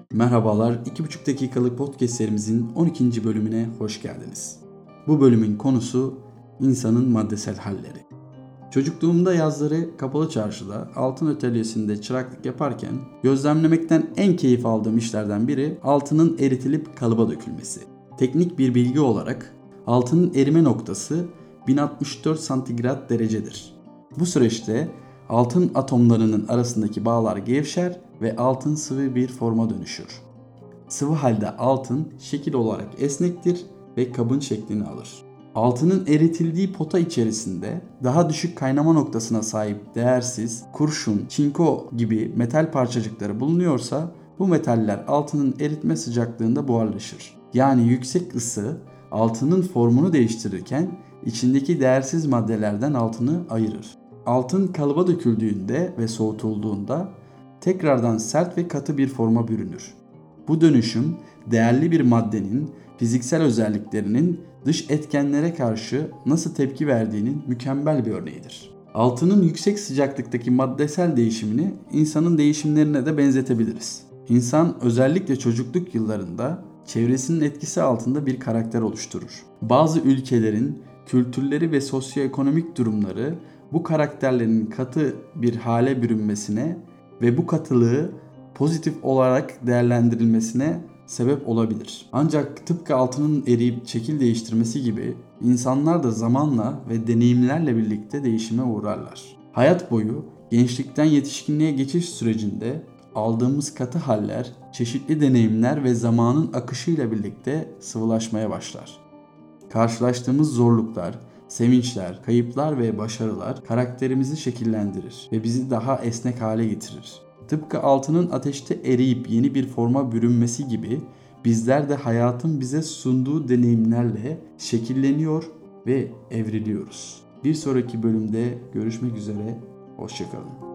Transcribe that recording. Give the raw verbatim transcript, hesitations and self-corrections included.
Merhabalar, iki buçuk dakikalık podcast serimizin on ikinci bölümüne hoş geldiniz. Bu bölümün konusu insanın maddesel halleri. Çocukluğumda yazları Kapalı Çarşı'da altın atölyesinde çıraklık yaparken gözlemlemekten en keyif aldığım işlerden biri altının eritilip kalıba dökülmesi. Teknik bir bilgi olarak altının erime noktası bin altmış dört santigrat derecedir. Bu süreçte altın atomlarının arasındaki bağlar gevşer ve altın sıvı bir forma dönüşür. Sıvı halde altın şekil olarak esnektir ve kabın şeklini alır. Altının eritildiği pota içerisinde daha düşük kaynama noktasına sahip değersiz kurşun, çinko gibi metal parçacıkları bulunuyorsa bu metaller altının eritme sıcaklığında buharlaşır. Yani yüksek ısı altının formunu değiştirirken içindeki değersiz maddelerden altını ayırır. Altın kalıba döküldüğünde ve soğutulduğunda tekrardan sert ve katı bir forma bürünür. Bu dönüşüm değerli bir maddenin fiziksel özelliklerinin dış etkenlere karşı nasıl tepki verdiğinin mükemmel bir örneğidir. Altının yüksek sıcaklıktaki maddesel değişimini insanın değişimlerine de benzetebiliriz. İnsan özellikle çocukluk yıllarında çevresinin etkisi altında bir karakter oluşturur. Bazı ülkelerin kültürleri ve sosyoekonomik durumları bu karakterlerin katı bir hale bürünmesine ve bu katılığı pozitif olarak değerlendirilmesine sebep olabilir. Ancak tıpkı altının eriyip şekil değiştirmesi gibi insanlar da zamanla ve deneyimlerle birlikte değişime uğrarlar. Hayat boyu gençlikten yetişkinliğe geçiş sürecinde aldığımız katı haller, çeşitli deneyimler ve zamanın akışıyla birlikte sıvılaşmaya başlar. Karşılaştığımız zorluklar, sevinçler, kayıplar ve başarılar karakterimizi şekillendirir ve bizi daha esnek hale getirir. Tıpkı altının ateşte eriyip yeni bir forma bürünmesi gibi bizler de hayatın bize sunduğu deneyimlerle şekilleniyor ve evriliyoruz. Bir sonraki bölümde görüşmek üzere, hoşça kalın.